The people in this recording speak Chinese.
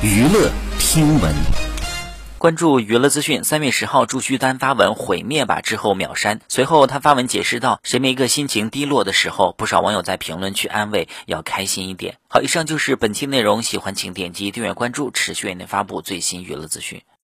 娱乐听闻。 关注娱乐资讯，3月10号朱旭丹发文毁灭吧之后秒删，随后他发文解释道，谁没个心情低落的时候，不少网友在评论区安慰要开心一点。好，以上就是本期内容，喜欢请点击订阅关注，持续为您发布最新娱乐资讯。